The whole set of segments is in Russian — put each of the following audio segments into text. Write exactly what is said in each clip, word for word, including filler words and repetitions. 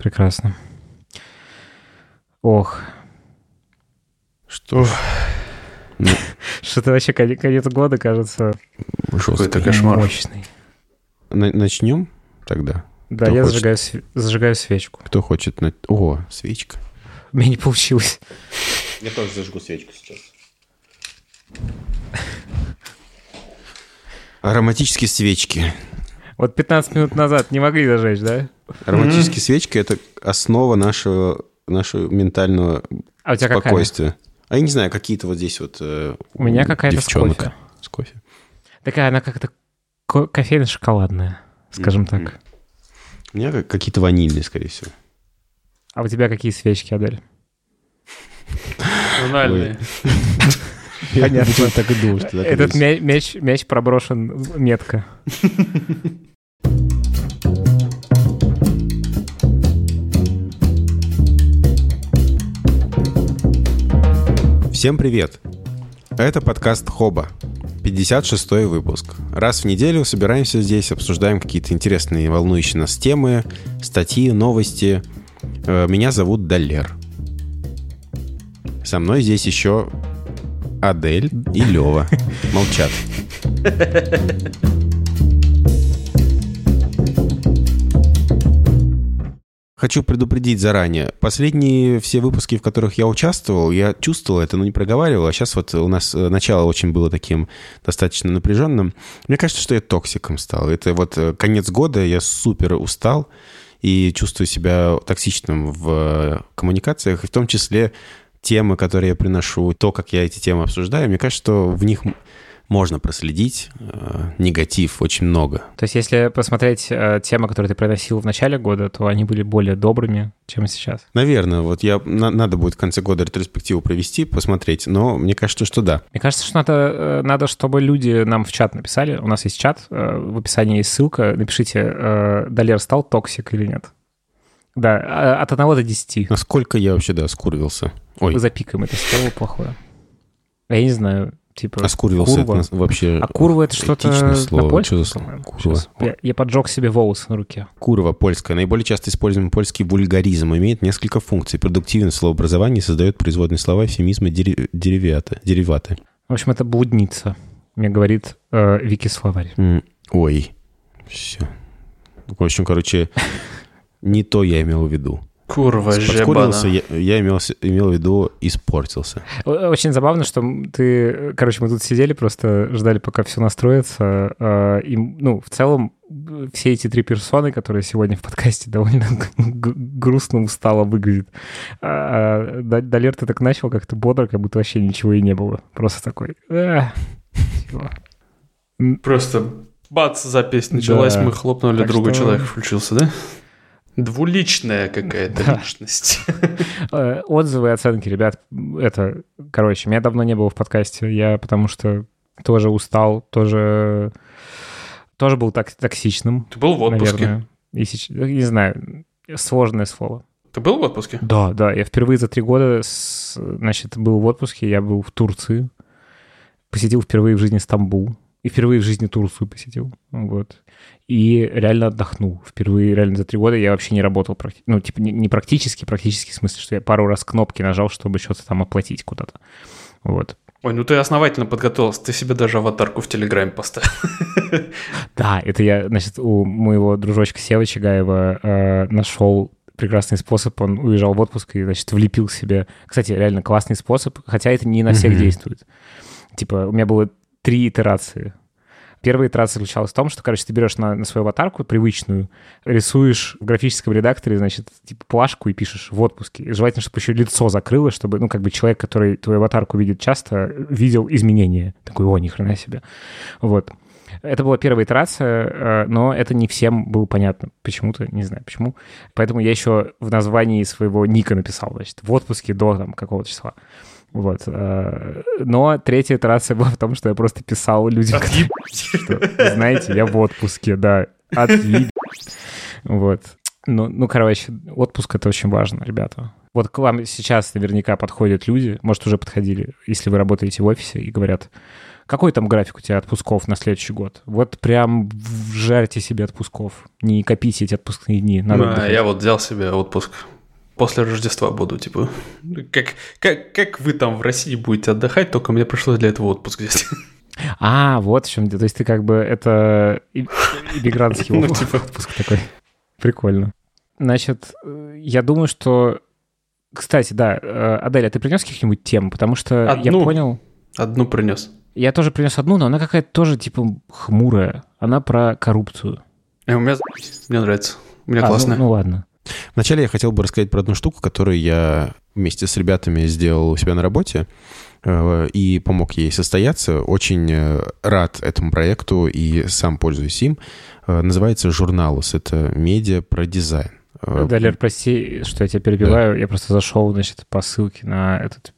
Прекрасно. Ох. Что ж. Ну. Что-то вообще конец года, кажется, какой-то кошмар. Мощный. Начнем тогда? Да, Кто я зажигаю, зажигаю свечку. Кто хочет... На... О, свечка. У меня не получилось. Я тоже зажгу свечку сейчас. Ароматические свечки. Вот пятнадцать минут назад не могли зажечь, да? Ароматические mm-hmm. свечки — это основа нашего, нашего ментального а у тебя спокойствия. Какая? А я не знаю, какие-то вот здесь вот э, у меня какая-то девчонок. с кофе. С кофе. Такая она как-то ко- кофейно-шоколадная, скажем mm-hmm. так. У меня какие-то ванильные, скорее всего. А у тебя какие свечки, Адель? Тональные. Понятно. Я так и думал, что так Этот мяч, мяч, мяч проброшен метко. Всем привет! Это подкаст Хоба, пятьдесят шестой выпуск. Раз в неделю собираемся здесь, обсуждаем какие-то интересные, волнующие нас темы, статьи, новости. Меня зовут Далер. Со мной здесь еще Адель и Лева. Молчат. Хочу предупредить заранее. Последние все выпуски, в которых я участвовал, я чувствовал это, но не проговаривал. А сейчас вот у нас начало очень было таким достаточно напряженным. Мне кажется, что я токсиком стал. Это вот конец года, я супер устал и чувствую себя токсичным в коммуникациях, и в том числе темы, которые я приношу, то, как я эти темы обсуждаю, мне кажется, что в них можно проследить э, негатив очень много. То есть если посмотреть э, темы, которые ты приносил в начале года, то они были более добрыми, чем сейчас? Наверное. Вот я, на, надо будет в конце года ретроспективу провести, посмотреть, но мне кажется, что да. Мне кажется, что надо, э, надо чтобы люди нам в чат написали. У нас есть чат, э, в описании есть ссылка. Напишите, э, Далер стал токсик или нет. Да, от одного до десяти. Насколько я вообще, да, скурвился. Ой. Мы запикаем это слово плохое. Я не знаю, типа... А скурвился курва. Это вообще... А курва — это что-то слово. на польском? Что за слово? Я, я поджег себе волосы на руке. Курва польская. Наиболее часто используемый польский вульгаризм. Имеет несколько функций. Продуктивное словообразование создает производные слова, эвфемизмы, дериваты. дериваты. В общем, это блудница, мне говорит э, Вики-словарь. Mm. Ой. Все. В общем, короче... Не то я имел в виду. Курва, Подкурился, я, я имел, имел в виду испортился. Очень забавно, что ты... Короче, мы тут сидели, просто ждали, пока все настроится. И, ну, в целом, все эти три персоны, которые сегодня в подкасте, довольно грустно, устало выглядят. А Далер, ты так начал как-то бодро, как будто вообще ничего и не было. Просто такой... Просто бац, запись началась, да. Мы хлопнули, так другой что... человек включился, да? Двуличная какая-то да. личность. Отзывы и оценки, ребят, это, короче, меня давно не было в подкасте, я потому что тоже устал, тоже, тоже был так, токсичным. Ты был в отпуске? Наверное. И сейчас, не знаю, сложное слово. Ты был в отпуске? Да, да, я впервые за три года, значит, был в отпуске, я был в Турции, посетил впервые в жизни Стамбул. И впервые в жизни Турцию посетил. Вот. И реально отдохнул. Впервые реально за три года я вообще не работал. Ну, типа, не, не практически, практически в смысле, что я пару раз кнопки нажал, чтобы что-то там оплатить куда-то. Вот. Ой, ну ты основательно подготовился. Ты себе даже аватарку в Телеграме поставил. Да, это я, значит, у моего дружочка Севы Чагаева э, нашел прекрасный способ. Он уезжал в отпуск и, значит, влепил себе... Кстати, реально классный способ, хотя это не на всех mm-hmm. действует. Типа, у меня было три итерации. Первая итерация заключалась в том, что, короче, ты берешь на, на свою аватарку привычную, рисуешь в графическом редакторе, значит, типа плашку и пишешь в отпуске. И желательно, чтобы еще лицо закрылось, чтобы, ну, как бы человек, который твою аватарку видит часто, видел изменения. Такой, о, ни хрена себе. Вот. Это была первая итерация, но это не всем было понятно. Почему-то, не знаю почему. Поэтому я еще в названии своего ника написал, значит, в отпуске до там какого-то числа. Вот. Но третья итерация была в том, что я просто писал людям, которые, что, знаете, я в отпуске, да, отъеб... Вот. Ну, ну, короче, отпуск — это очень важно, ребята. Вот к вам сейчас наверняка подходят люди, может, уже подходили, если вы работаете в офисе, и говорят, какой там график у тебя отпусков на следующий год? Вот прям жарьте себе отпусков, не копите эти отпускные дни. Надо а, я вот взял себе отпуск. После Рождества буду, типа, как, как, как вы там в России будете отдыхать, только мне пришлось для этого отпуск взять. А, вот в чем дело. То есть ты как бы, это иммигрантский отпуск такой. Прикольно. Значит, я думаю, что... Кстати, да, Адель, а ты принес каких-нибудь тем? Потому что одну, я понял... Одну принес. Я тоже принес одну, но она какая-то тоже, типа, хмурая. Она про коррупцию. И у меня... Мне нравится. У меня а, классная. Ну, ну ладно. Вначале я хотел бы рассказать про одну штуку, которую я вместе с ребятами сделал у себя на работе э, и помог ей состояться. Очень э, рад этому проекту и сам пользуюсь им. Э, называется «Журналус». Это медиа про дизайн. Далер, прости, что я тебя перебиваю. Да. Я просто зашел, значит, по ссылке на этот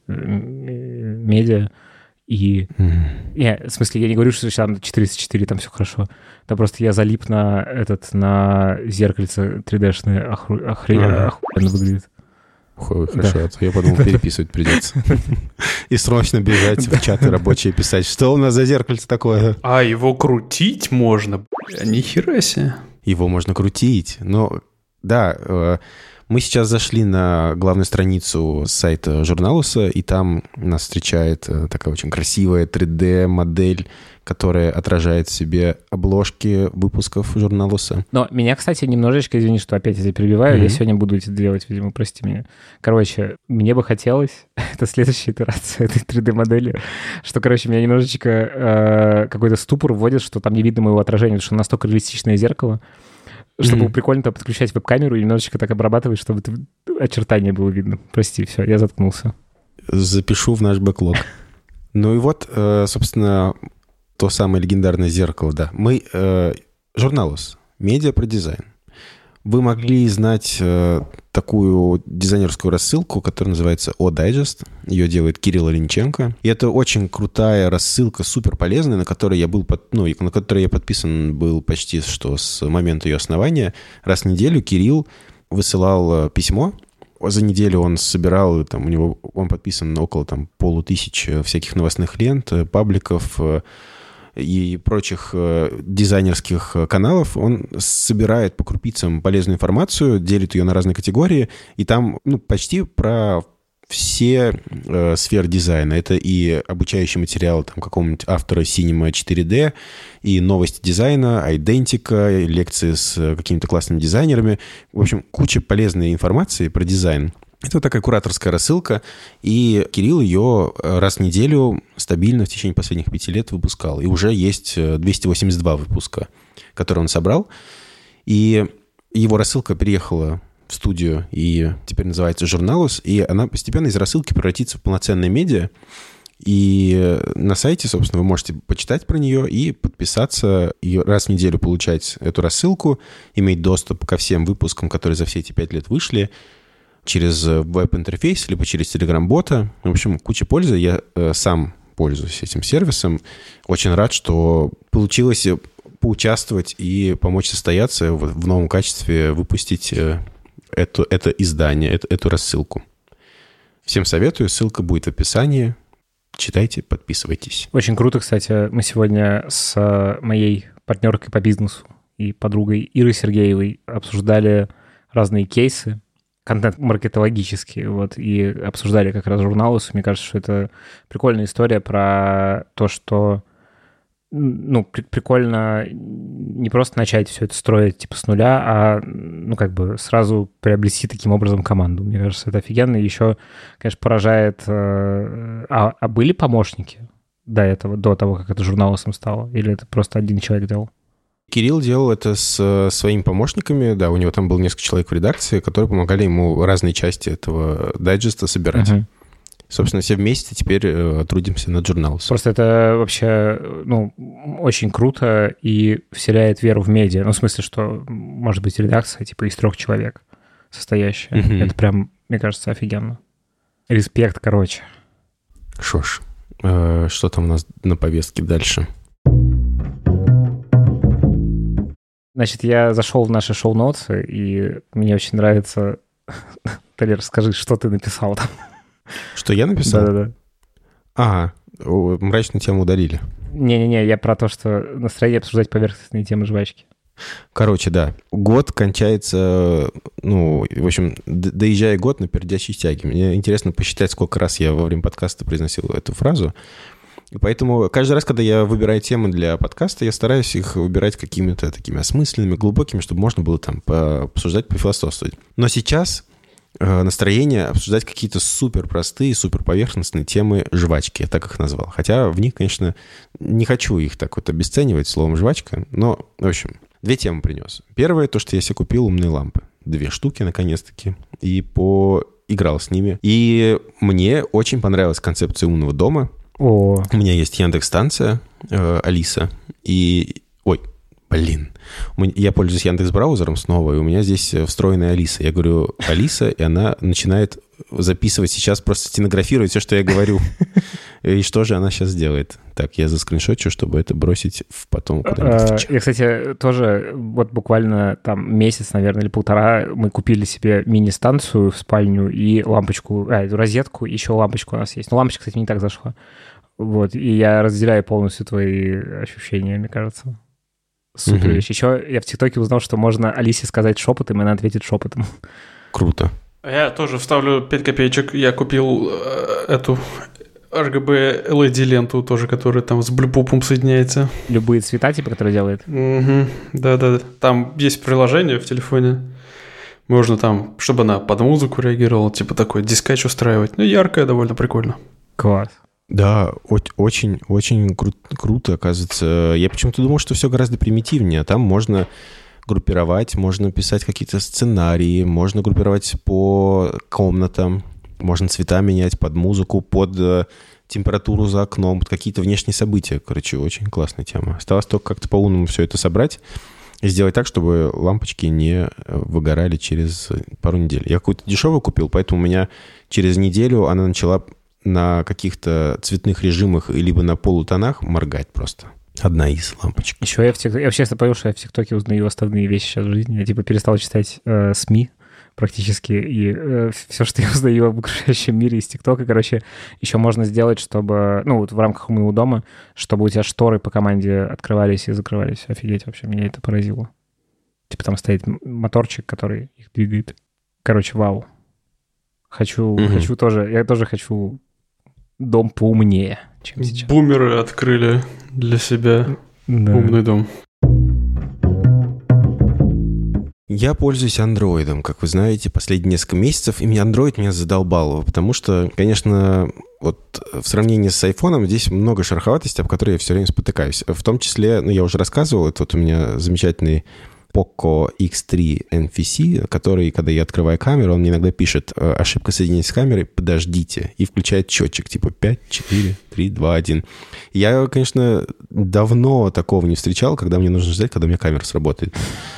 медиа. И... Mm-hmm. Не, в смысле, я не говорю, что там четыреста четыре, там все хорошо. Да просто я залип на этот, на зеркальце три дэ-шное, оху... охрен... mm-hmm. охуенно выглядит. Ой, хорошо, да. А то я подумал, переписывать придется. И срочно бежать в чаты рабочие писать, что у нас за зеркальце такое. А его крутить можно? Нихера себе. Его можно крутить, но да... Мы сейчас зашли на главную страницу сайта Журналуса, и там нас встречает такая очень красивая три дэ-модель, которая отражает в себе обложки выпусков Журналуса. Но меня, кстати, немножечко, извини, что опять я тебя перебиваю, mm-hmm. я сегодня буду это делать, видимо, прости меня. Короче, мне бы хотелось, это следующая итерация этой три дэ-модели, что, короче, меня немножечко э, какой-то ступор вводит, что там не видно моего отражения, потому что настолько реалистичное зеркало, чтобы mm-hmm. прикольно там подключать веб-камеру и немножечко так обрабатывать, чтобы это очертания было видно. Прости, все, я заткнулся. Запишу в наш бэклог. Ну и вот, собственно, то самое легендарное зеркало, да. Мы... Журналус. Медиа про дизайн. Вы могли знать э, такую дизайнерскую рассылку, которая называется О-Дайджест. Ее делает Кирилл Оленченко. И это очень крутая рассылка, супер полезная, на которой я был, под, ну, на которой я подписан был почти что с момента ее основания. Раз в неделю Кирилл высылал письмо. За неделю он собирал, там, у него, он подписан на около там, полутысяч всяких новостных лент, пабликов и прочих э, дизайнерских каналов. Он собирает по крупицам полезную информацию, делит ее на разные категории, и там ну, почти про все э, сферы дизайна. Это и обучающий материал там, какого-нибудь автора Cinema четыре дэ, и новости дизайна, айдентика, лекции с какими-то классными дизайнерами. В общем, куча полезной информации про дизайн. Это вот такая кураторская рассылка, и Кирилл ее раз в неделю стабильно в течение последних пяти лет выпускал. И уже есть двести восемьдесят два выпуска, которые он собрал. И его рассылка переехала в студию и теперь называется «Журналус», и она постепенно из рассылки превратится в полноценное медиа. И на сайте, собственно, вы можете почитать про нее и подписаться, и раз в неделю получать эту рассылку, иметь доступ ко всем выпускам, которые за все эти пять лет вышли, через веб-интерфейс, либо через Telegram-бота. В общем, куча пользы. Я э, сам пользуюсь этим сервисом. Очень рад, что получилось поучаствовать и помочь состояться в, в новом качестве, выпустить э, это, это издание, это, эту рассылку. Всем советую. Ссылка будет в описании. Читайте, подписывайтесь. Очень круто, кстати. Мы сегодня с моей партнеркой по бизнесу и подругой Ирой Сергеевой обсуждали разные кейсы, контент-маркетологические, вот, и обсуждали как раз Журналус. Мне кажется, что это прикольная история про то, что, ну, при- прикольно не просто начать все это строить, типа, с нуля, а, ну, как бы сразу приобрести таким образом команду. Мне кажется, это офигенно. И еще, конечно, поражает... Э- а, а были помощники до этого, до того, как это Журналусом стало? Или это просто один человек делал? Кирилл делал это с своими помощниками, да, у него там было несколько человек в редакции, которые помогали ему разные части этого дайджеста собирать. Uh-huh. Собственно, все вместе теперь э, трудимся над Журналусом. Просто это вообще, ну, очень круто и вселяет веру в медиа. Ну, в смысле, что, может быть, редакция типа из трех человек состоящая. Uh-huh. Это прям, мне кажется, офигенно. Респект, короче. Шо ж, э, что там у нас на повестке дальше? Значит, я зашел в наши шоу-ноты, и мне очень нравится Талер, скажи, что ты написал там? Что я написал? Да-да-да. Ага, мрачную тему удалили. Не-не-не, я про то, что настроение обсуждать поверхностные темы жвачки. Короче, да. Год кончается, ну, в общем, доезжая год на пердящей тяге. Мне интересно посчитать, сколько раз я во время подкаста произносил эту фразу. И поэтому каждый раз, когда я выбираю темы для подкаста, я стараюсь их выбирать какими-то такими осмысленными, глубокими, чтобы можно было там пообсуждать, пофилософствовать. Но сейчас настроение обсуждать какие-то супер простые, супер поверхностные темы жвачки, я так их назвал. Хотя в них, конечно, не хочу их так вот обесценивать словом жвачка, но, в общем, две темы принес. Первое, то, что я себе купил умные лампы. Две штуки, наконец-таки, и поиграл с ними. И мне очень понравилась концепция умного дома. О. У меня есть Яндекс-станция, э, Алиса, и... Ой, блин. Я пользуюсь Яндекс-браузером снова, и у меня здесь встроенная Алиса. Я говорю Алиса, и она начинает записывать сейчас, просто стенографировать все, что я говорю. И что же она сейчас делает? Так, я заскриншотчу, чтобы это бросить в потом куда-нибудь. Я, кстати, тоже вот буквально там месяц, наверное, или полтора мы купили себе мини-станцию в спальню и лампочку, а, эту розетку, еще лампочку у нас есть. Но лампочка, кстати, не так зашла. Вот, и я разделяю полностью твои ощущения, мне кажется. Супер вещь. Mm-hmm. Еще я в ТикТоке узнал, что можно Алисе сказать шепотом, и она ответит шепотом. Круто. Я тоже вставлю пять копеечек. Я купил э, эту ар джи би эл и ди-ленту тоже, которая там с блюпупом соединяется. Любые цвета, типа, которые делает? Угу. Да-да-да. Там есть приложение в телефоне. Можно там, чтобы она под музыку реагировала, типа такой дискач устраивать. Ну, яркая, довольно прикольно. Класс. Да, очень-очень кру- круто, оказывается. Я почему-то думал, что все гораздо примитивнее. Там можно группировать, можно писать какие-то сценарии, можно группировать по комнатам, можно цвета менять под музыку, под температуру за окном, под какие-то внешние события. Короче, очень классная тема. Осталось только как-то по-умному все это собрать и сделать так, чтобы лампочки не выгорали через пару недель. Я какую-то дешевую купил, поэтому у меня через неделю она начала на каких-то цветных режимах либо на полутонах моргать просто. Одна из лампочек. Еще я в ТикТоке... Я вообще понял, что я в ТикТоке узнаю основные вещи сейчас в жизни. Я типа перестал читать э, СМИ практически, и э, все, что я узнаю об окружающем мире из ТикТока, короче, еще можно сделать, чтобы... Ну, вот в рамках умного дома, чтобы у тебя шторы по команде открывались и закрывались. Офигеть, вообще, меня это поразило. Типа там стоит моторчик, который их двигает. Короче, вау. Хочу, mm-hmm. хочу тоже... Я тоже хочу... дом поумнее, чем сейчас. Бумеры открыли для себя да. умный дом. Я пользуюсь андроидом, как вы знаете, последние несколько месяцев, и мне андроид меня задолбал, потому что, конечно, вот в сравнении с айфоном здесь много шероховатостей, об которой я все время спотыкаюсь. В том числе, ну, я уже рассказывал, это вот у меня замечательный Poco икс три эн эф си, который, когда я открываю камеру, он мне иногда пишет «Ошибка соединения с камерой, подождите», и включает счетчик, типа пять, четыре, три, два, один. Я, конечно, давно такого не встречал, когда мне нужно ждать, когда у меня камера сработает.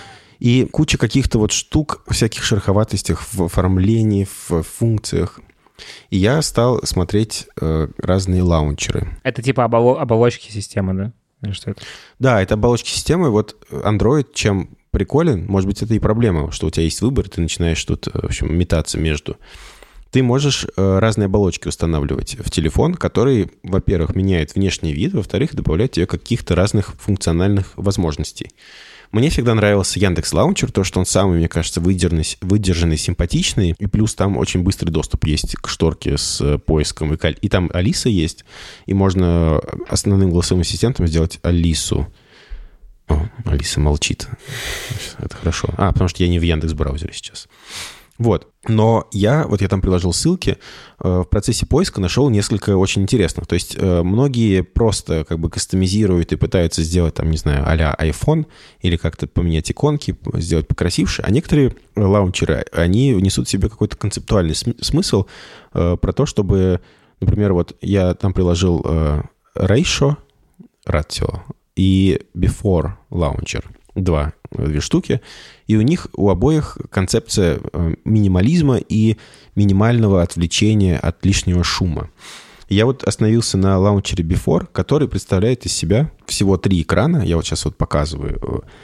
И куча каких-то вот штук, всяких шероховатостях в оформлении, в функциях. И я стал смотреть э, разные лаунчеры. Это типа оболо- оболочки системы, да? Или что это? Да, это оболочки системы. Вот Android чем приколен, может быть, это и проблема, что у тебя есть выбор, ты начинаешь тут, в общем, метаться между. Ты можешь э, разные оболочки устанавливать в телефон, которые, во-первых, меняют внешний вид, во-вторых, добавляют тебе каких-то разных функциональных возможностей. Мне всегда нравился Яндекс.Лаунчер, то, что он самый, мне кажется, выдержанный, выдержанный, симпатичный, и плюс там очень быстрый доступ есть к шторке с поиском, и, и там Алиса есть, и можно основным голосовым ассистентом сделать Алису. О, Алиса молчит. Это хорошо. А, потому что я не в Яндекс.Браузере сейчас. Вот. Но я, вот я там приложил ссылки, в процессе поиска нашел несколько очень интересных. То есть многие просто как бы кастомизируют и пытаются сделать, там, не знаю, а-ля iPhone или как-то поменять иконки, сделать покрасивше. А некоторые лаунчеры, они несут в себе какой-то концептуальный смысл про то, чтобы, например, вот я там приложил Ratio, Ratio и Before Launcher. Два, две штуки, и у них у обоих концепция минимализма и минимального отвлечения от лишнего шума. Я вот остановился на лаунчере Before, который представляет из себя всего три экрана, я вот сейчас вот показываю.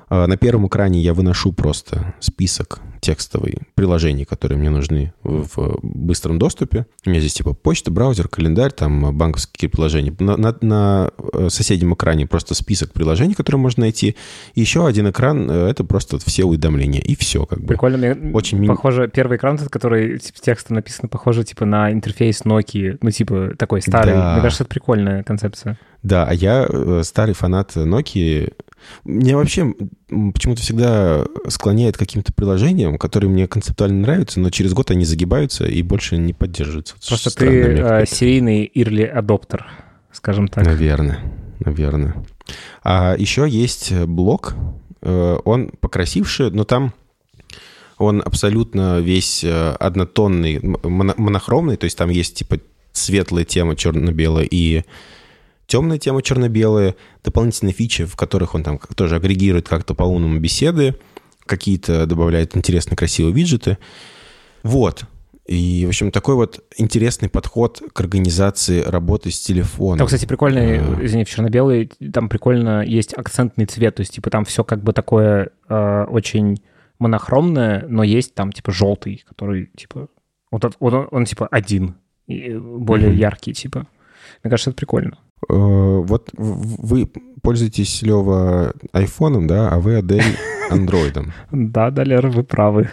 На первом экране я выношу просто список текстовый приложений, которые мне нужны в быстром доступе. У меня здесь типа почта, браузер, календарь, там банковские приложения. На, на, на соседнем экране просто список приложений, которые можно найти. И еще один экран — это просто все уведомления. И все как бы. Прикольно. Мне очень похоже, первый экран, который типа, текстом написано, похоже типа на интерфейс Nokia. Ну типа такой старый. Да. Мне кажется, это прикольная концепция. Да, а я старый фанат Nokia. Мне вообще почему-то всегда склоняет к каким-то приложениям, которые мне концептуально нравятся, но через год они загибаются и больше не поддерживаются. Просто ты а, серийный early adopter, скажем так. Наверное, наверное. А еще есть блог, он покрасивше, но там он абсолютно весь однотонный, монохромный, то есть там есть типа светлая тема черно-белая и темная тема черно-белая, дополнительные фичи, в которых он там тоже агрегирует как-то по-умному беседы, какие-то добавляет интересные, красивые виджеты. Вот. И, в общем, такой вот интересный подход к организации работы с телефоном. Там, кстати, прикольно, а... извини, в черно-белый, там прикольно есть акцентный цвет, то есть, типа, там все как бы такое э, очень монохромное, но есть там, типа, желтый, который, типа, вот, вот он, он, типа, один, и более mm-hmm. яркий, типа. Мне кажется, это прикольно. Вот вы пользуетесь, Лева, айфоном, да, а вы, Адель, андроидом. Да, да, Лера, вы правы.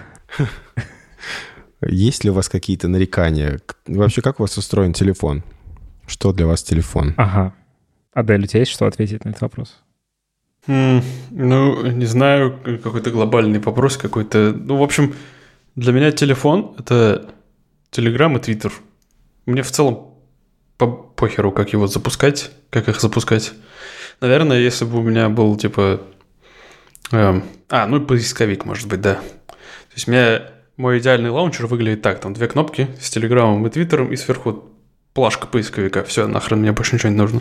Есть ли у вас какие-то нарекания? Вообще, как у вас устроен телефон? Что для вас телефон? Ага. Адель, у тебя есть что ответить на этот вопрос? Mm, ну, не знаю, какой-то глобальный вопрос какой-то. Ну, в общем, для меня телефон — это Telegram и Twitter. Мне в целом по похеру, как его запускать, как их запускать. Наверное, если бы у меня был, типа... Эм, а, ну, поисковик, может быть, да. То есть у меня мой идеальный лаунчер выглядит так. Там две кнопки с Телеграмом и Твиттером, и сверху плашка поисковика. Все, нахрен, мне больше ничего не нужно.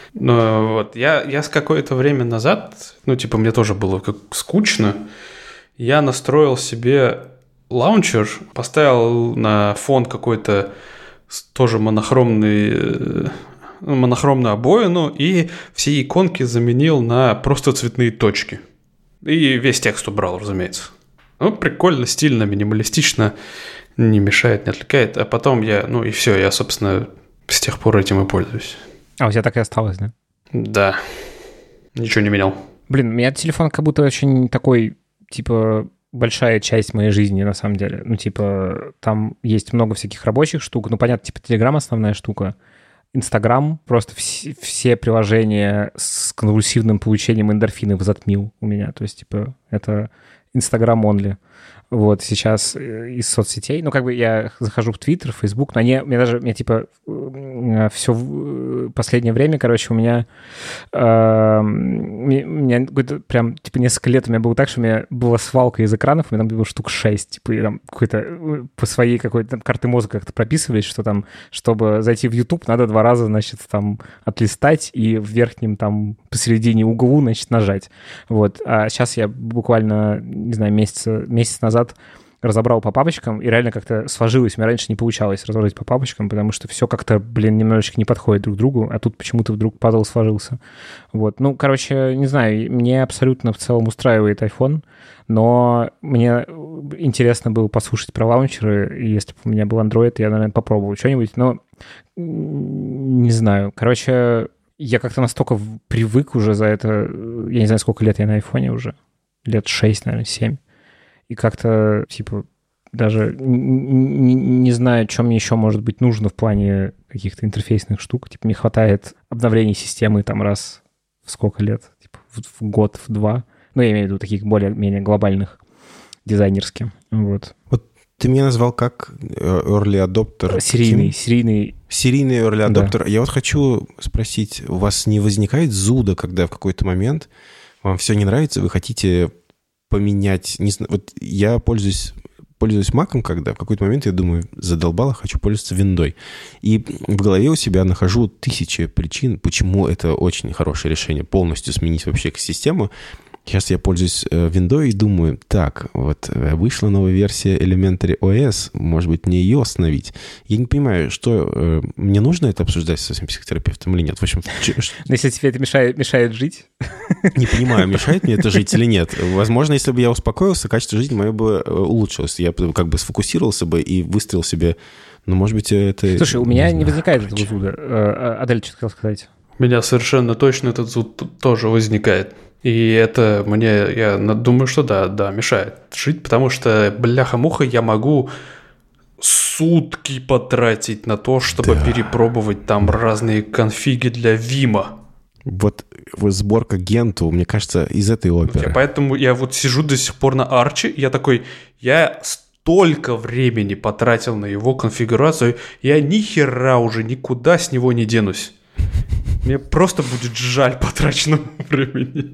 Но вот я, я с какое-то время назад, ну, типа, мне тоже было как скучно, я настроил себе лаунчер, поставил на фон какой-то тоже монохромный, монохромную обоину, и все иконки заменил на просто цветные точки. И весь текст убрал, разумеется. Ну, прикольно, стильно, минималистично, не мешает, не отвлекает. А потом я, ну и все, я, собственно, с тех пор этим и пользуюсь. А у тебя так и осталось, да? Да. Ничего не менял. Блин, у меня телефон как будто очень такой, типа... большая часть моей жизни, на самом деле. Ну, типа, там есть много всяких рабочих штук. Ну, понятно, типа, Telegram основная штука. Инстаграм, просто вс- все приложения с конвульсивным получением эндорфинов затмил у меня. То есть, типа, это Инстаграм only. Вот, сейчас из соцсетей. Ну, как бы я захожу в Твиттер, в Фейсбук, но они, мне даже, мне, типа, все в последнее время, короче, у меня, э, у меня какой-то прям, типа, несколько лет у меня было так, что у меня была свалка из экранов, у меня там было штук шесть, типа, и там какой-то по своей какой-то там карты мозга как-то прописывались, что там, чтобы зайти в YouTube, надо два раза, значит, там отлистать и в верхнем там посередине углу, значит, нажать. Вот. А сейчас я буквально, не знаю, месяца, месяц назад разобрал по папочкам, и реально как-то сложилось. У меня раньше не получалось разобрать по папочкам, потому что все как-то, блин, немножечко не подходит друг к другу, а тут почему-то вдруг пазл сложился. Вот. Ну, короче, не знаю, мне абсолютно в целом устраивает iPhone, но мне интересно было послушать про лаунчеры, и если бы у меня был Android, я, наверное, попробовал что-нибудь, но не знаю. Короче, я как-то настолько привык уже за это, я не знаю, сколько лет я на айфоне уже, лет шесть, наверное, семь. И как-то, типа, даже не, не знаю, что мне еще, может быть, нужно в плане каких-то интерфейсных штук. Типа, не хватает обновлений системы там раз в сколько лет? Типа, в, в год, в два. Ну, я имею в виду таких более-менее глобальных, дизайнерских. Вот. Вот ты меня назвал как early adopter. Серийный, серийный. Серийный early adopter. Да. Я вот хочу спросить, у вас не возникает зуда, когда в какой-то момент вам все не нравится, вы хотите... поменять, не знаю, вот я пользуюсь, пользуюсь Mac'ом, когда в какой-то момент я думаю, задолбало, хочу пользоваться виндой. И в голове у себя нахожу тысячи причин, почему это очень хорошее решение, полностью сменить вообще экосистему. Сейчас я пользуюсь Windows и думаю, так, вот вышла новая версия Elementary о эс, может быть, мне ее остановить. Я не понимаю, что мне нужно это обсуждать со своим психотерапевтом или нет. В общем, если тебе это мешает, мешает жить... Не понимаю, мешает мне это жить или нет. Возможно, если бы я успокоился, качество жизни мое бы улучшилось. Я бы как бы сфокусировался бы и выстроил себе... Ну, может быть, это... Слушай, у меня не, не возникает этого зуда. Адель, что хотел сказать? У меня совершенно точно этот зуд тоже возникает. И это мне, я думаю, что да, да, мешает жить, потому что, бляха-муха, я могу сутки потратить на то, чтобы да. перепробовать там разные конфиги для Вима. Вот, вот сборка Генту, мне кажется, из этой оперы. Я, поэтому я вот сижу до сих пор на Арчи, я такой, я столько времени потратил на его конфигурацию, я ни хера уже никуда с него не денусь. Мне просто будет жаль потраченного времени.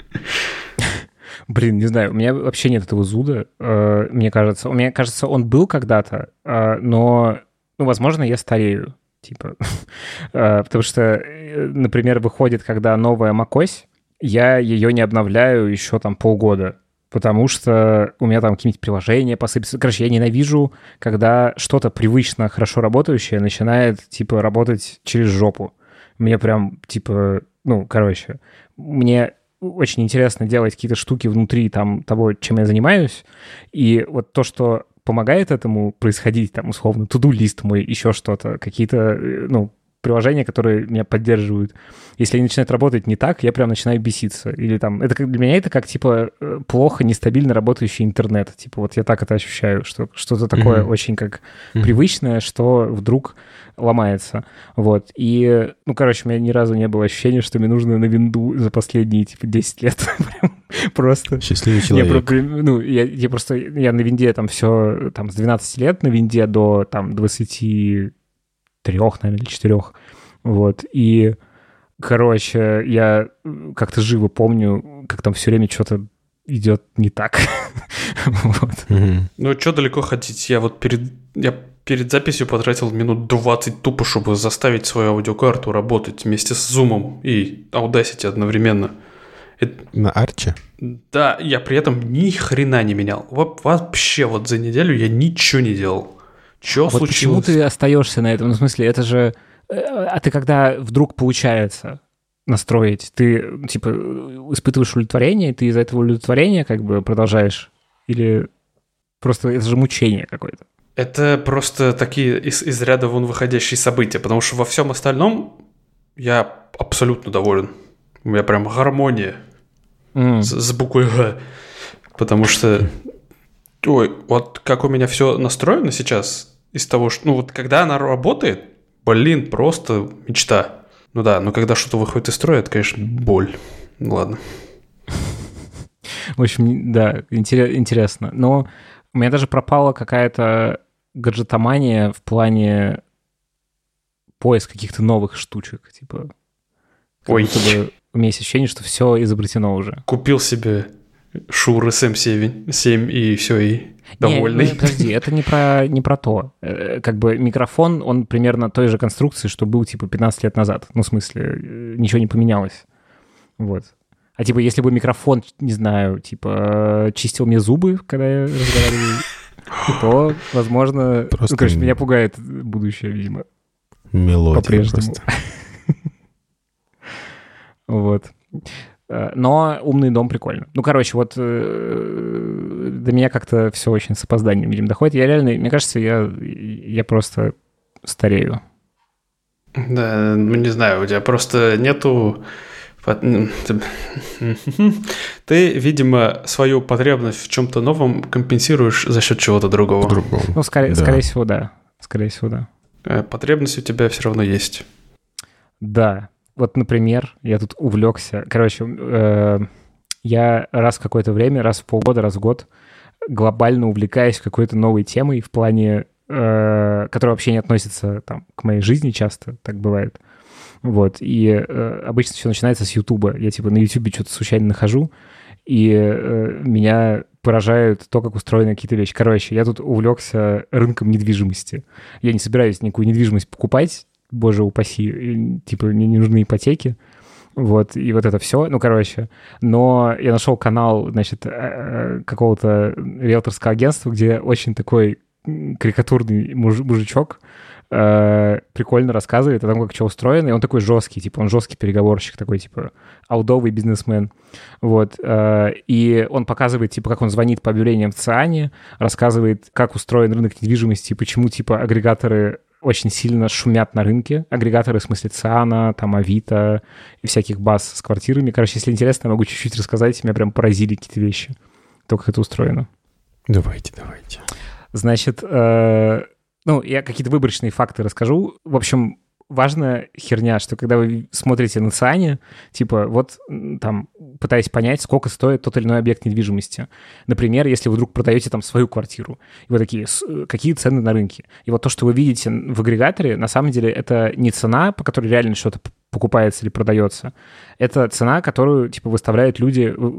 Блин, не знаю, у меня вообще нет этого зуда, э, мне кажется. Мне кажется, он был когда-то, э, но, ну, возможно, я старею, типа. э, потому что, например, выходит, когда новая macOS, я ее не обновляю еще там полгода, потому что у меня там какие-нибудь приложения посыпятся. Короче, я ненавижу, когда что-то привычно хорошо работающее начинает, типа, работать через жопу. Мне прям, типа, ну, короче, мне очень интересно делать какие-то штуки внутри там того, чем я занимаюсь, и вот то, что помогает этому происходить, там, условно, to-do-лист мой, еще что-то, какие-то, ну, приложения, которые меня поддерживают. Если они начинают работать не так, я прям начинаю беситься. Или там, это как, для меня это как, типа, плохо, нестабильно работающий интернет. Типа, вот я так это ощущаю, что что-то такое mm-hmm. очень как mm-hmm. привычное, что вдруг ломается. Вот. И, ну, короче, у меня ни разу не было ощущения, что мне нужно на винду за последние, типа, десять лет. Просто... Счастливый человек. Я, ну, я, я просто... Я на винде там все, там, с двенадцати лет на винде до, там, двадцати трех, наверное, или четырех. Вот. И, короче, я как-то живо помню, как там все время что-то идет не так. Вот. Mm-hmm. Ну, что далеко ходить? Я вот перед... Я перед записью потратил минут двадцать тупо, чтобы заставить свою аудиокарту работать вместе с Zoom и Audacity одновременно. Это... На Арче? Да, я при этом ни хрена не менял. Во- вообще вот за неделю я ничего не делал. Что а случилось? Вот почему ты остаешься на этом? Ну, в смысле, это же... А ты когда вдруг получается настроить, ты, типа, испытываешь удовлетворение, и ты из-за этого удовлетворения как бы продолжаешь? Или просто это же мучение какое-то? Это просто такие из, из ряда вон выходящие события, потому что во всем остальном я абсолютно доволен. У меня прям гармония mm. с, с буквой «Г». Потому что... Ой, вот как у меня все настроено сейчас... Из того, что, ну вот когда она работает, блин, просто мечта. Ну да, но когда что-то выходит из строя, это, конечно, боль. Ну ладно. В общем, да, интересно. Но у меня даже пропала какая-то гаджетомания в плане поиска каких-то новых штучек. Типа, как Ой. будто бы у меня есть ощущение, что все изобретено уже. Купил себе Shure эс эм семь и все, и довольный. Не, ну, подожди, это не про, не про то. Как бы микрофон, он примерно той же конструкции, что был, типа, пятнадцать лет назад. Ну, в смысле, ничего не поменялось. Вот. А, типа, если бы микрофон, не знаю, типа, чистил мне зубы, когда я разговариваю, то, возможно... Просто... Ну, конечно, меня пугает будущее, видимо. Мелодия по-прежнему. просто. Вот. Но «Умный дом» прикольно. Ну, короче, вот э, до меня как-то все очень с опозданием, видимо, доходит. Я реально, мне кажется, я, я просто старею. Да, ну, не знаю, у тебя просто нету... Ты, видимо, свою потребность в чем-то новом компенсируешь за счет чего-то другого. Другого. Ну, скорее, да. скорее всего, да. Скорее всего, да. Потребность у тебя все равно есть. Да. Вот, например, я тут увлекся. Короче, э, я раз в какое-то время, раз в полгода, раз в год глобально увлекаюсь какой-то новой темой в плане, э, которая вообще не относится там, к моей жизни часто, так бывает. Вот. И э, обычно все начинается с Ютуба. Я типа на Ютубе что-то случайно нахожу, и э, меня поражают то, как устроены какие-то вещи. Короче, я тут увлекся рынком недвижимости. Я не собираюсь никакую недвижимость покупать, боже упаси, типа мне не нужны ипотеки, Вот, и вот это все, ну, короче. Но я нашел канал, значит, какого-то риэлторского агентства, где очень такой карикатурный муж, мужичок э, прикольно рассказывает о том, как что устроено, и он такой жесткий, типа, он жесткий переговорщик, такой, типа, аудовый бизнесмен, вот, э, и он показывает, типа, как он звонит по объявлениям в ЦИАНе, рассказывает, как устроен рынок недвижимости, почему, типа, агрегаторы очень сильно шумят на рынке, агрегаторы, в смысле, ЦИАНа, там, Авито и всяких баз с квартирами. Короче, если интересно, я могу чуть-чуть рассказать, меня прям поразили какие-то вещи, то, как это устроено. Давайте, давайте. Значит, э, ну, я какие-то выборочные факты расскажу. В общем, важная херня, что когда вы смотрите на ЦИАНе, типа, вот там, пытаясь понять, сколько стоит тот или иной объект недвижимости. Например, если вы вдруг продаете там свою квартиру, и вы такие, какие цены на рынке? И вот то, что вы видите в агрегаторе, на самом деле это не цена, по которой реально что-то покупается или продается. Это цена, которую, типа, выставляют люди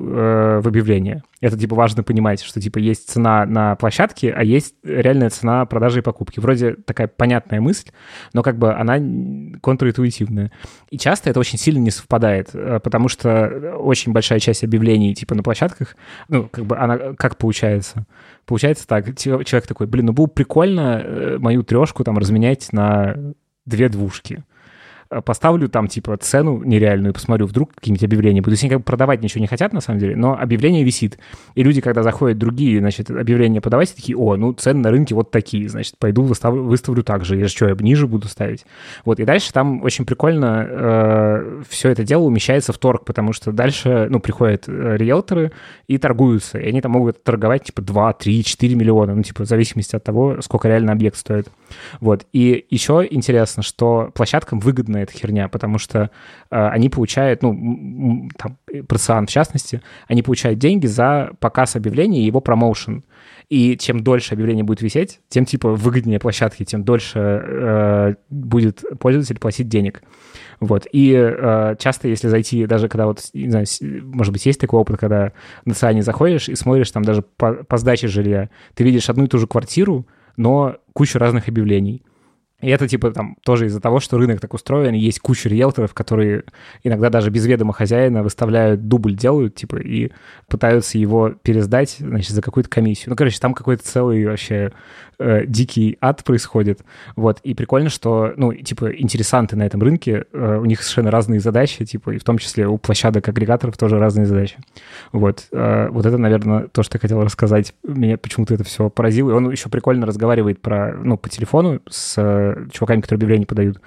э, в объявление. Это, типа, важно понимать, что, типа, есть цена на площадке, а есть реальная цена продажи и покупки. Вроде такая понятная мысль, но, как бы, она контринтуитивная. И часто это очень сильно не совпадает, потому что очень большая часть объявлений, типа, на площадках, ну, как бы, она как получается? Получается так, человек такой, блин, ну, было прикольно мою трешку там разменять на две двушки. Поставлю там, типа, цену нереальную, посмотрю, вдруг какие-нибудь объявления будут. Они как бы продавать ничего не хотят, на самом деле, но объявление висит. И люди, когда заходят другие, значит, объявления подавать, такие, о, ну, цены на рынке вот такие, значит, пойду выставлю, выставлю так же. Я же что, я ниже буду ставить? Вот, и дальше там очень прикольно э, все это дело умещается в торг, потому что дальше, ну, приходят э, риэлторы и торгуются, и они там могут торговать, типа, два, три, четыре миллиона, ну, типа, в зависимости от того, сколько реально объект стоит. Вот, и еще интересно, что площадкам выгодно эта херня, потому что э, они получают, ну, там, про ЦИАН в частности, они получают деньги за показ объявления и его промоушен. И чем дольше объявление будет висеть, тем, типа, выгоднее площадки, тем дольше э, будет пользователь платить денег. Вот. И э, часто, если зайти, даже когда вот, не знаю, может быть, есть такой опыт, когда на ЦИАНе заходишь и смотришь там даже по, по сдаче жилья, ты видишь одну и ту же квартиру, но кучу разных объявлений. И это, типа, там, тоже из-за того, что рынок так устроен, есть куча риэлторов, которые иногда даже без ведома хозяина выставляют, дубль делают, типа, и пытаются его пересдать, значит, за какую-то комиссию. Ну, короче, там какой-то целый вообще э, дикий ад происходит. Вот, и прикольно, что, ну, типа, интересанты на этом рынке, э, у них совершенно разные задачи, типа, и в том числе у площадок агрегаторов тоже разные задачи. Вот, э, вот это, наверное, то, что я хотел рассказать. Меня почему-то это все поразило. И он еще прикольно разговаривает про, ну, по телефону с чуваками, которые объявления подают.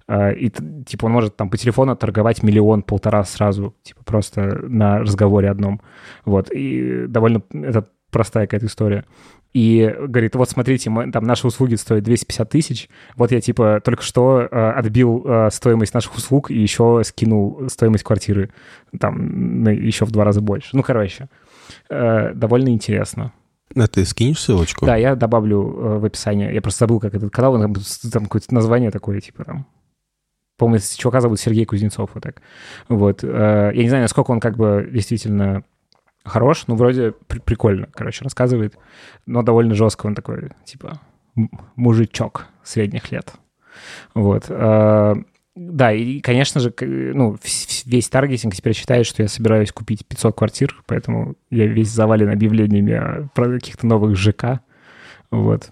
И, типа, он может там по телефону торговать миллион-полтора сразу, типа, просто на разговоре одном. Вот. И довольно это простая какая-то история. И говорит, вот смотрите, мы, там наши услуги стоят двести пятьдесят тысяч, вот я, типа, только что э, отбил э, стоимость наших услуг и еще скинул стоимость квартиры там на, еще в два раза больше. Ну, короче, э, довольно интересно. А ты скинешь ссылочку? Да, я добавлю э, в описание. Я просто забыл, как этот канал, там, там какое-то название такое, типа там. По-моему, чувака зовут Сергей Кузнецов, вот так. Вот. Э, я не знаю, насколько он как бы действительно хорош, но вроде при- прикольно, короче, рассказывает. Но довольно жестко он такой, типа, мужичок средних лет. Вот. Э, Да, и, конечно же, ну, весь таргетинг теперь считает, что я собираюсь купить пятьсот квартир, поэтому я весь завален объявлениями про каких-то новых ЖК. Вот.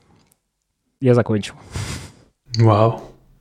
Я закончил. Вау.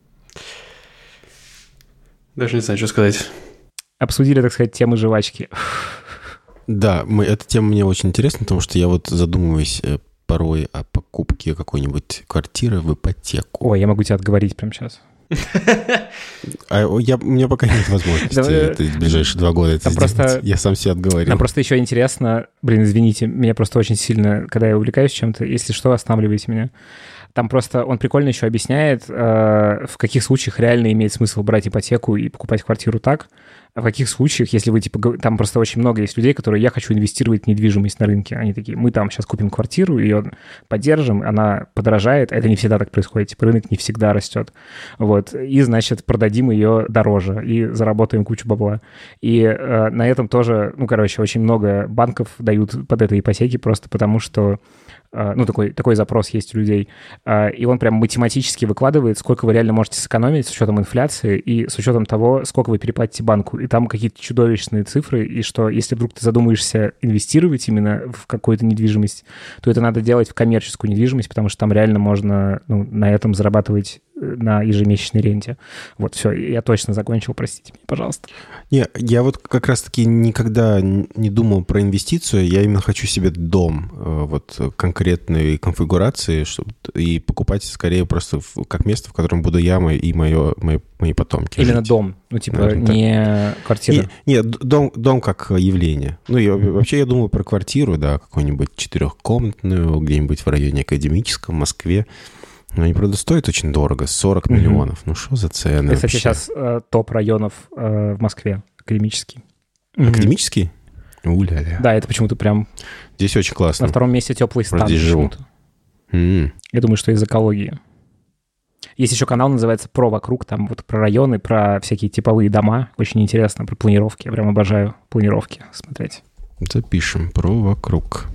Даже не знаю, что сказать. Обсудили, так сказать, темы жвачки. Да, мы, эта тема мне очень интересна, потому что я вот задумываюсь порой о покупке какой-нибудь квартиры в ипотеку. Ой, я могу тебя отговорить прямо сейчас. А я, у меня пока нет возможности это в ближайшие два года это сделать. Просто, я сам себя отговорил. Нам просто еще интересно, блин, извините, меня просто очень сильно, когда я увлекаюсь чем-то, если что, останавливайте меня. Там просто он прикольно еще объясняет, э, в каких случаях реально имеет смысл брать ипотеку и покупать квартиру так, а в каких случаях, если вы, типа, там просто очень много есть людей, которые, я хочу инвестировать в недвижимость на рынке, они такие, мы там сейчас купим квартиру, ее поддержим, она подорожает, а это не всегда так происходит, типа, рынок не всегда растет, вот, и, значит, продадим ее дороже и заработаем кучу бабла. И э, на этом тоже, ну, короче, очень много банков дают под этой ипотеки просто потому, что ну, такой, такой запрос есть у людей, и он прям математически выкладывает, сколько вы реально можете сэкономить с учетом инфляции и с учетом того, сколько вы переплатите банку. И и там какие-то чудовищные цифры, и что если вдруг ты задумаешься инвестировать именно в какую-то недвижимость, то это надо делать в коммерческую недвижимость, потому что там реально можно ну, на этом зарабатывать на ежемесячной ренте. Вот, все, я точно закончил, простите меня, пожалуйста. Не, я вот как раз-таки никогда не думал про инвестицию, я именно хочу себе дом вот конкретной конфигурации, чтобы, и покупать скорее просто в, как место, в котором буду я и мое, мои, мои потомки Именно жить. дом, ну типа Наверное, не так. Квартира. Нет, дом, дом как явление. Ну, я, вообще я думаю про квартиру, да, какую-нибудь четырехкомнатную, где-нибудь в районе Академическом, в Москве. Но они, правда, стоят очень дорого, сорок mm-hmm. миллионов. Ну, что за цены Это, кстати, вообще? сейчас э, топ районов э, в Москве, академический. Академический? Mm-hmm. У-ля-ля. Да, это почему-то прям... Здесь очень классно. На втором месте теплый стан. Здесь живу. Mm-hmm. Я думаю, что из экологии. Есть еще канал, называется «Про вокруг», там вот про районы, про всякие типовые дома. Очень интересно, про планировки. Я прям обожаю планировки смотреть. Запишем «Про вокруг».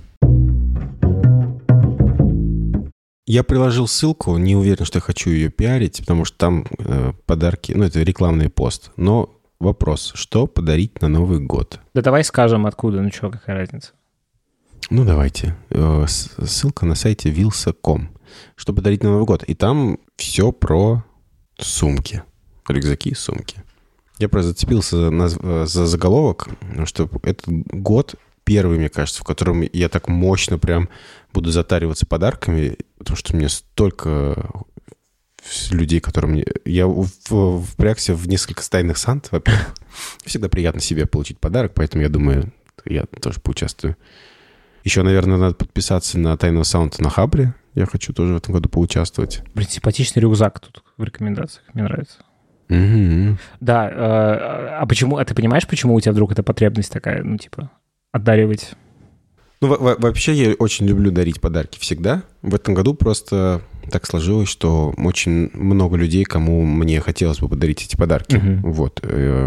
Я приложил ссылку, не уверен, что я хочу ее пиарить, потому что там э, подарки, ну, это рекламный пост. Но вопрос, что подарить на Новый год? Да давай скажем, откуда, ну что, какая разница? Ну, давайте. Э, ссылка на сайте вилса точка ком. Что подарить на Новый год? И там все про сумки, рюкзаки и сумки. Я просто зацепился за, на, за заголовок, потому что этот год... Первый, мне кажется, в котором я так мощно прям буду затариваться подарками, потому что у меня столько людей, которым... Мне... Я впрягся в несколько стайных сант, во-первых. Всегда приятно себе получить подарок, поэтому я думаю, я тоже поучаствую. Еще, наверное, надо подписаться на тайного саунта на Хабре. Я хочу тоже в этом году поучаствовать. Блин, симпатичный рюкзак тут в рекомендациях, мне нравится. Mm-hmm. Да, э, а почему... А ты понимаешь, почему у тебя вдруг эта потребность такая, ну, типа... Отдаривать. Ну, во- вообще, я очень люблю дарить подарки всегда. В этом году просто так сложилось, что очень много людей, кому мне хотелось бы подарить эти подарки. Uh-huh. Вот.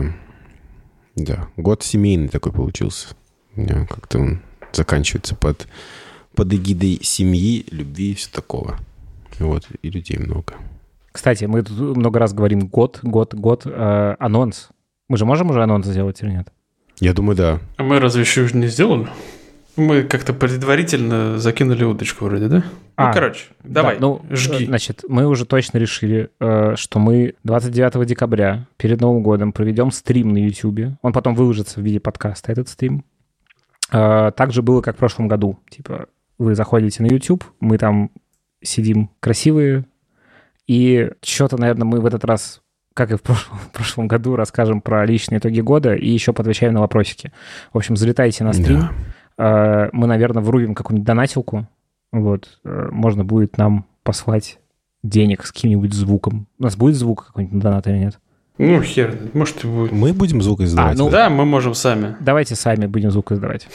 Да. Год семейный такой получился. Как-то он заканчивается под, под эгидой семьи, любви и все такого. Вот. И людей много. Кстати, мы тут много раз говорим год, год, год. Э, анонс. Мы же можем уже анонс сделать или нет? Я думаю, да. А мы разве еще не сделали? Мы как-то предварительно закинули удочку вроде, да? А, ну, короче, давай, да, ну, жги. Значит, мы уже точно решили, что мы двадцать девятого декабря перед Новым годом проведем стрим на YouTube. Он потом выложится в виде подкаста, этот стрим. Так же было, как в прошлом году. Типа, вы заходите на YouTube, мы там сидим красивые, и что-то, наверное, мы в этот раз... как и в прошлом, в прошлом году, расскажем про личные итоги года и еще поотвечаем на вопросики. В общем, залетайте на стрим. Да. Мы, наверное, врубим какую-нибудь донатилку. Вот. Можно будет нам послать денег с каким-нибудь звуком. У нас будет звук какой-нибудь на донат или нет? Ну, хер, может, и будет. Мы будем звук издавать? А, ну, да, мы можем сами. Давайте сами будем звук издавать.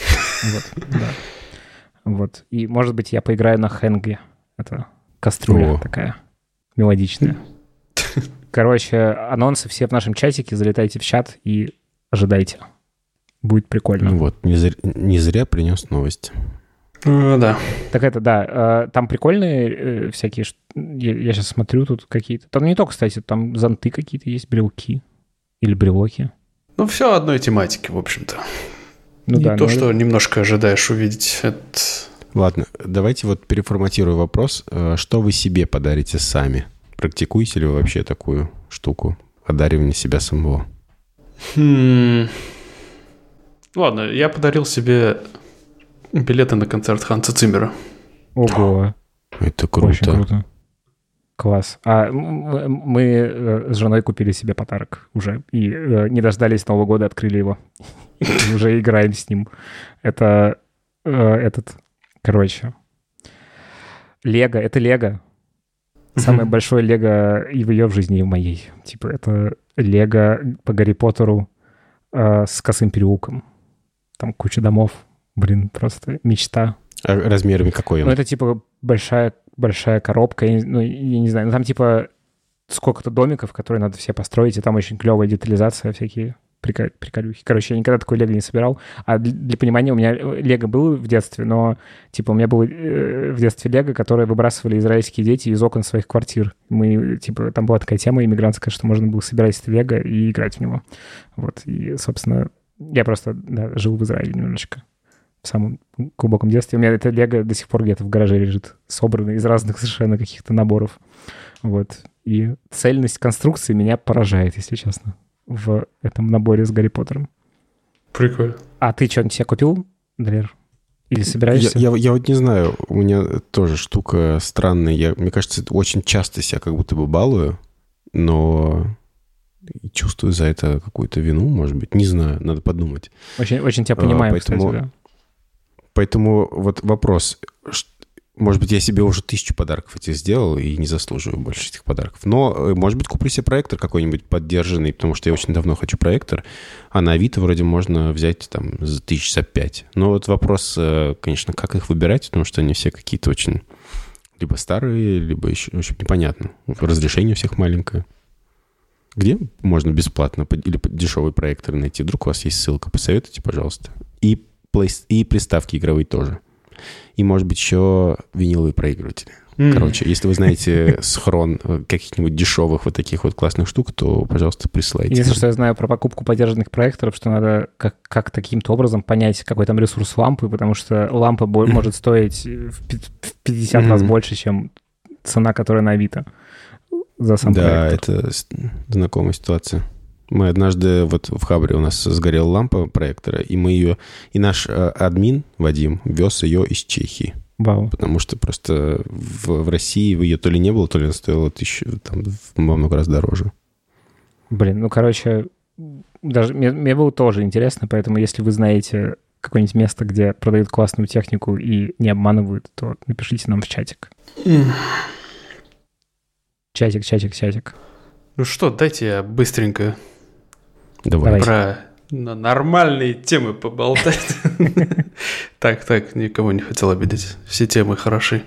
Вот. И, может быть, я поиграю на хэнге. Это кастрюля такая мелодичная. Короче, анонсы все в нашем чатике. Залетайте в чат и ожидайте. Будет прикольно. Ну вот, не зря, не зря принес новость. Uh, да. Так это, да. Там прикольные всякие... Я, я сейчас смотрю тут какие-то... Там не только, кстати, там зонты какие-то есть, брелки. Или брелоки. Ну, все одной тематики, в общем-то. Ну, не да, то, что это... немножко ожидаешь увидеть. Это... Ладно, давайте вот переформатирую вопрос. Что вы себе подарите сами? Практикуете ли вы вообще такую штуку? Одаривание себя самого? Хм... Ладно, я подарил себе билеты на концерт Ханса Циммера. Ого. Это круто. Очень круто. Класс. А мы с женой купили себе подарок уже. И не дождались Нового года, открыли его. Уже играем с ним. Это этот... Короче. Лего. Это Лего. Самое большое Лего и в ее в жизни, и в моей. Типа это Лего по Гарри Поттеру э, с косым переулком. Там куча домов. Блин, просто мечта. А размерами какой он? Ну, это типа большая, большая коробка. Я, ну, я не знаю. Ну, там типа сколько-то домиков, которые надо все построить. И там очень клевая детализация всякие. прикол- приколюхи. Короче, я никогда такой лего не собирал. А для, для понимания, у меня лего был в детстве, но, типа, у меня было э, в детстве лего, которое выбрасывали израильские дети из окон своих квартир. Мы, типа, там была такая тема иммигрантская, что можно было собирать это лего и играть в него. Вот, и, собственно, я просто, да, жил в Израиле немножечко. В самом глубоком детстве. У меня это лего до сих пор где-то в гараже лежит, собранное из разных совершенно каких-то наборов. Вот. И цельность конструкции меня поражает, если честно, в этом наборе с Гарри Поттером. Прикольно. А ты что-нибудь себе купил, Далер? Или собираешься? Я, я, я вот не знаю, у меня тоже штука странная. Я, мне кажется, очень часто себя как будто бы балую, но чувствую за это какую-то вину, может быть. Не знаю, надо подумать. Очень, очень тебя понимаю, а, поэтому... кстати, да. Поэтому вот вопрос, может быть, я себе уже тысячу подарков этих сделал и не заслуживаю больше этих подарков. Но, может быть, куплю себе проектор какой-нибудь поддержанный, потому что я очень давно хочу проектор, а на Авито вроде можно взять там за тысяч за пять. Но вот вопрос, конечно, как их выбирать, потому что они все какие-то очень либо старые, либо еще, в общем, непонятно. Разрешение у всех маленькое. Где можно бесплатно или дешевый проектор найти? Вдруг у вас есть ссылка, посоветуйте, пожалуйста. И И приставки игровые тоже. И, может быть, еще виниловые проигрыватели. Mm. Короче, если вы знаете схрон каких-нибудь дешевых вот таких вот классных штук, то, пожалуйста, присылайте. Единственное, что я знаю про покупку подержанных проекторов, что надо как- как каким-то образом понять, какой там ресурс лампы, потому что лампа бо- может стоить в пятьдесят mm-hmm. раз больше, чем цена, которая на Авито за сам да, проектор. Да, это знакомая ситуация. Мы однажды, вот в Хабре у нас сгорела лампа проектора, и мы ее, и наш э, админ, Вадим, вез ее из Чехии. Вау. Потому что просто в, в России ее то ли не было, то ли она стоила тысячу, там, во много раз дороже. Блин, ну, короче, даже мне, мне было тоже интересно, поэтому если вы знаете какое-нибудь место, где продают классную технику и не обманывают, то напишите нам в чатик. Mm. Чатик, чатик, чатик. Ну что, дайте я быстренько Давай. Про нормальные темы поболтать. Так, так, никого не хотел обидеть. Все темы хороши.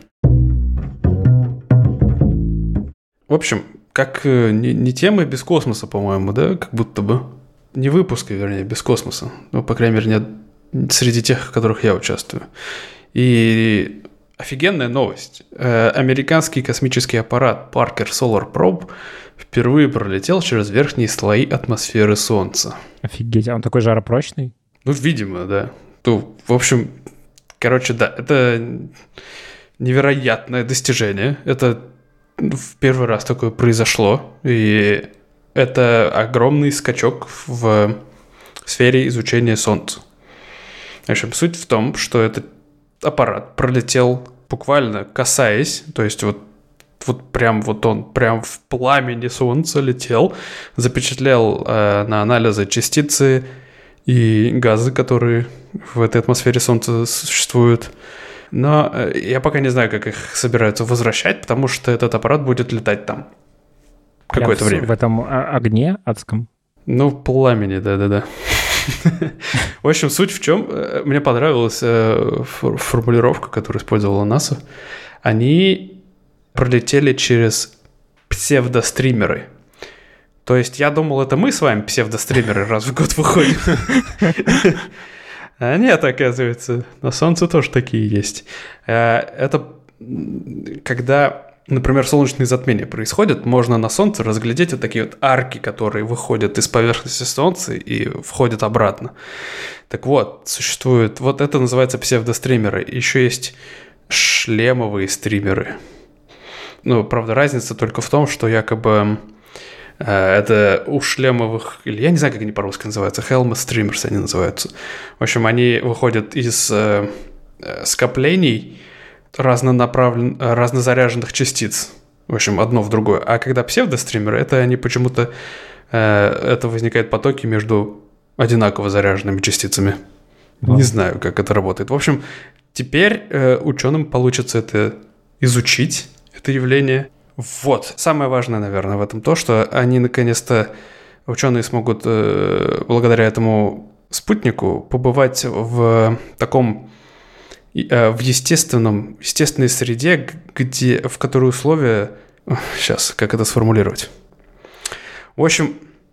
В общем, как не, не темы без космоса, по-моему, да? Как будто бы. Не выпуска, вернее, без космоса. Ну, по крайней мере, не среди тех, в которых я участвую. И офигенная новость. Американский космический аппарат Parker Solar Probe впервые пролетел через верхние слои атмосферы Солнца. Офигеть, а он такой жаропрочный? Ну, видимо, да. Ну, в общем, короче, да, это невероятное достижение. Это в первый раз такое произошло. И это огромный скачок в сфере изучения Солнца. В общем, суть в том, что этот аппарат пролетел буквально касаясь, то есть вот Вот прям вот он прям в пламени Солнца летел, запечатлел э, на анализы частицы и газы, которые в этой атмосфере Солнца существуют. Но э, я пока не знаю, как их собираются возвращать, потому что этот аппарат будет летать там какое-то в, время. В этом огне адском? Ну, в пламени, да-да-да. В общем, суть в чем? Мне понравилась формулировка, которую использовала НАСА. Они пролетели через псевдостримеры. То есть я думал, это мы с вами псевдостримеры раз в год выходим. А нет, оказывается, на Солнце тоже такие есть. Это когда, например, солнечные затмения происходят, можно на Солнце разглядеть вот такие вот арки, которые выходят из поверхности Солнца и входят обратно. Так вот, существует... Вот это называется псевдостримеры. Еще есть шлемовые стримеры. Ну, правда, разница только в том, что якобы э, это у шлемовых, или я не знаю, как они по-русски называются, helmet streamers они называются. В общем, они выходят из э, скоплений разнонаправлен... разнозаряженных частиц. В общем, одно в другое. А когда псевдостримеры, это они почему-то... Э, это возникают потоки между одинаково заряженными частицами. Wow. Не знаю, как это работает. В общем, теперь э, ученым получится это изучить, это явление. Вот. Самое важное, наверное, в этом то, что они наконец-то, ученые смогут э, благодаря этому спутнику побывать в таком, э, в естественном, естественной среде, где, в которой условия... Сейчас, как это сформулировать? В общем,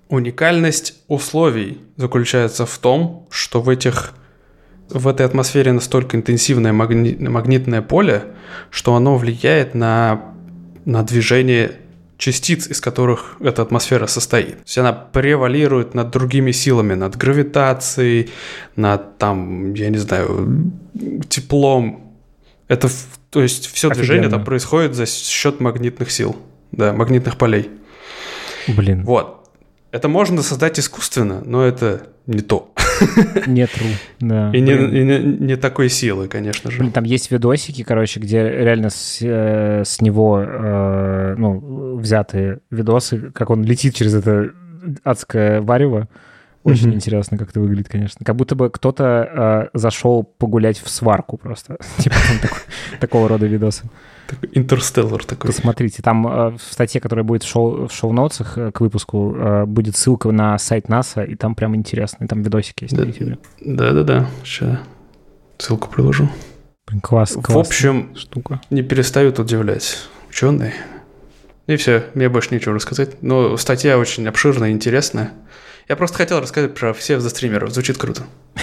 Уникальность условий заключается в том, что в этих в этой атмосфере настолько интенсивное магни- магнитное поле, что оно влияет на, на движение частиц, из которых эта атмосфера состоит. То есть она превалирует над другими силами, над гравитацией, над, там, я не знаю, теплом. Это, то есть все Офигенно. движение там происходит за счет магнитных сил, да, магнитных полей. Блин. Вот. Это можно создать искусственно, но это не то. Не true, да. И, не, и не, не такой силы, конечно же. Блин, там есть видосики, короче, где реально с, э, с него э, ну, взятые видосы, как он летит через это адское варево. Очень mm-hmm. интересно, как это выглядит, конечно. Как будто бы кто-то э, зашел погулять в сварку просто. Типа такого рода видосы. Интерстеллар такой. Посмотрите, там э, в статье, которая будет в, шоу, в шоу-ноутсах э, к выпуску, э, будет ссылка на сайт НАСА, и там прям интересно. И там видосики есть да, на YouTube. Да-да-да, сейчас ссылку приложу. Блин, класс, класс. В общем, штука. Не перестают удивлять ученые. И все, мне больше нечего рассказать. Но статья очень обширная и интересная. Я просто хотел рассказать про всех застримеров. Звучит круто.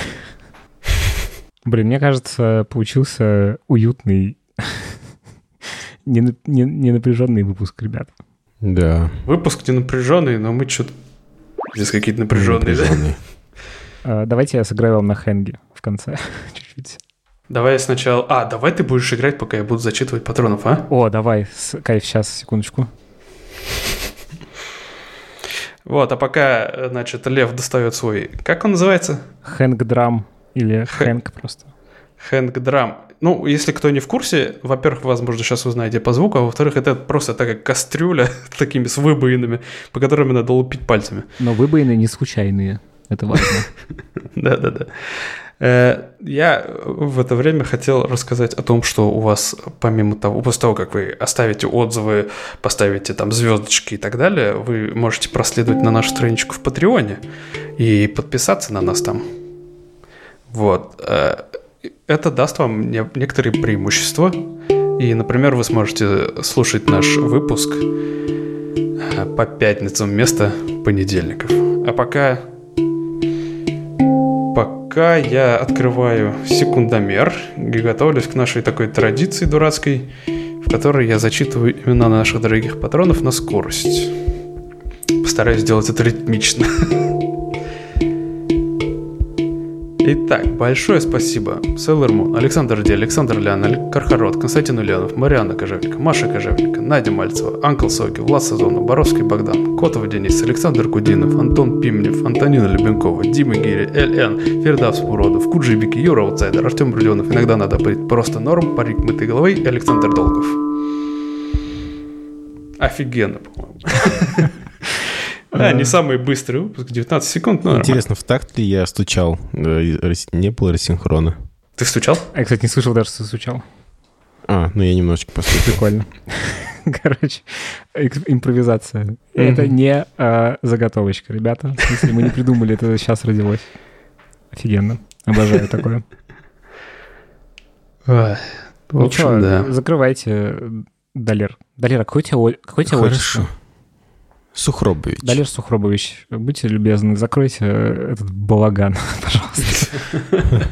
Блин, мне кажется, получился уютный, не, не, не напряженный выпуск, ребят. Да. Выпуск не напряженный, но мы что-то здесь какие-то напряженные. напряженные. Да? Давайте я сыграю вам на хэнге в конце. Чуть-чуть. Давай сначала... А, давай ты будешь играть, пока я буду зачитывать патронов, а? О, давай. Кайф, сейчас, секундочку. Вот, а пока, значит, Лев достает свой... Как он называется? Хэнг-драм или хэнг просто. Хэнг-драм. Ну, если кто не в курсе, во-первых, возможно, сейчас узнаете по звуку, а во-вторых, это просто такая кастрюля такими с выбоинами, по которым надо лупить пальцами. Но выбоины не случайные, это важно. Да-да-да. Я в это время хотел рассказать о том, что у вас, помимо того, после того, как вы оставите отзывы, поставите там звездочки и так далее, вы можете проследовать на нашу страничку в Патреоне и подписаться на нас там. Вот. Это даст вам некоторые преимущества. И, например, вы сможете слушать наш выпуск по пятницам вместо понедельников. А пока... Пока я открываю секундомер и готовлюсь к нашей такой традиции дурацкой, в которой я зачитываю имена наших дорогих патронов на скорость. Постараюсь сделать это ритмично. Итак, большое спасибо Sailor Moon, Александр Ди, Александр Лян, Кархарот, Константин Ульянов, Марианна Кожевника, Маша Кожевника, Надя Мальцева, Анкл Соки, Влад Сазонов, Боровский Богдан, Котов Денис, Александр Кудинов, Антон Пименев, Антонина Любенкова, Дима Гири, Эль-Эн, Фердавс Муродов, Куджибики, Юра Аутсайдер, Артем Бруденов, иногда надо быть просто норм, парик мытой головой и Александр Долгов. Офигенно, по-моему. Да, не самый быстрый выпуск, девятнадцать секунд, но интересно, в такт ли я стучал? Не было рассинхрона. Ты стучал? Я, кстати, не слышал даже, что стучал. А, ну я немножечко постучал. Прикольно. Короче, импровизация. Mm-hmm. Это не а, заготовочка, ребята. В смысле, мы не придумали, это сейчас родилось. Офигенно. Обожаю такое. В общем, да. Закрывайте, Далер. Далер, а какой у тебя, какой у тебя отчество? Хорошо. Сухробович. Далер Сухробович, будьте любезны, закройте этот балаган, пожалуйста.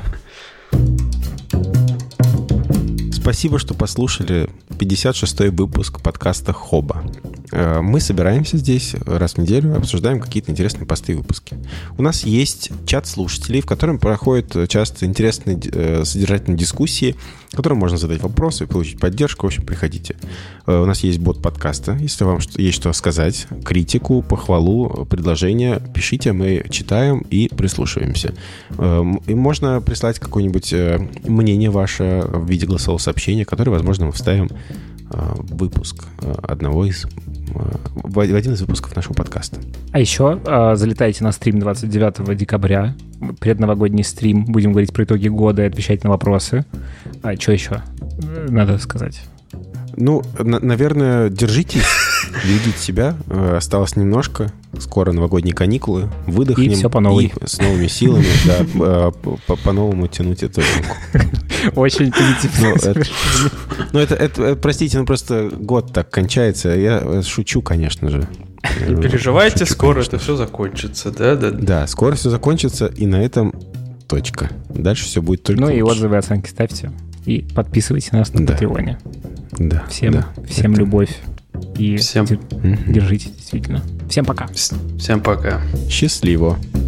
Спасибо, что послушали пятьдесят шестой выпуск подкаста «Хоба». Мы собираемся здесь раз в неделю, обсуждаем какие-то интересные посты и выпуски. У нас есть чат слушателей, в котором проходят часто интересные содержательные дискуссии, в котором можно задать вопросы и получить поддержку. В общем, приходите. У нас есть бот подкаста. Если вам есть что сказать, критику, похвалу, предложения, пишите, мы читаем и прислушиваемся. И можно прислать какое-нибудь мнение ваше в виде голосового сообщения, которое, возможно, мы вставим в выпуск одного из в один из выпусков нашего подкаста. А еще э, залетайте на стрим двадцать девятого декабря, предновогодний стрим, будем говорить про итоги года и отвечать на вопросы. А что еще надо сказать? Ну, на- наверное, держитесь, берегите себя, осталось немножко, скоро новогодние каникулы, выдохнем. И все по новой. И с новыми силами, да, по-новому тянуть эту рынку. Очень позитивно. Ну, это, это, простите, ну просто год так кончается. Я шучу, конечно же. Не переживайте, скоро это все закончится, да, да. Да, скоро все закончится, и на этом точка. Дальше все будет только Ну лучше. и отзывы, оценки ставьте. И подписывайтесь на нас на Да. Патреоне. Да. Всем, да. всем Это- любовь. И Всем. дер- держите, действительно. Всем пока. Всем пока. Счастливо.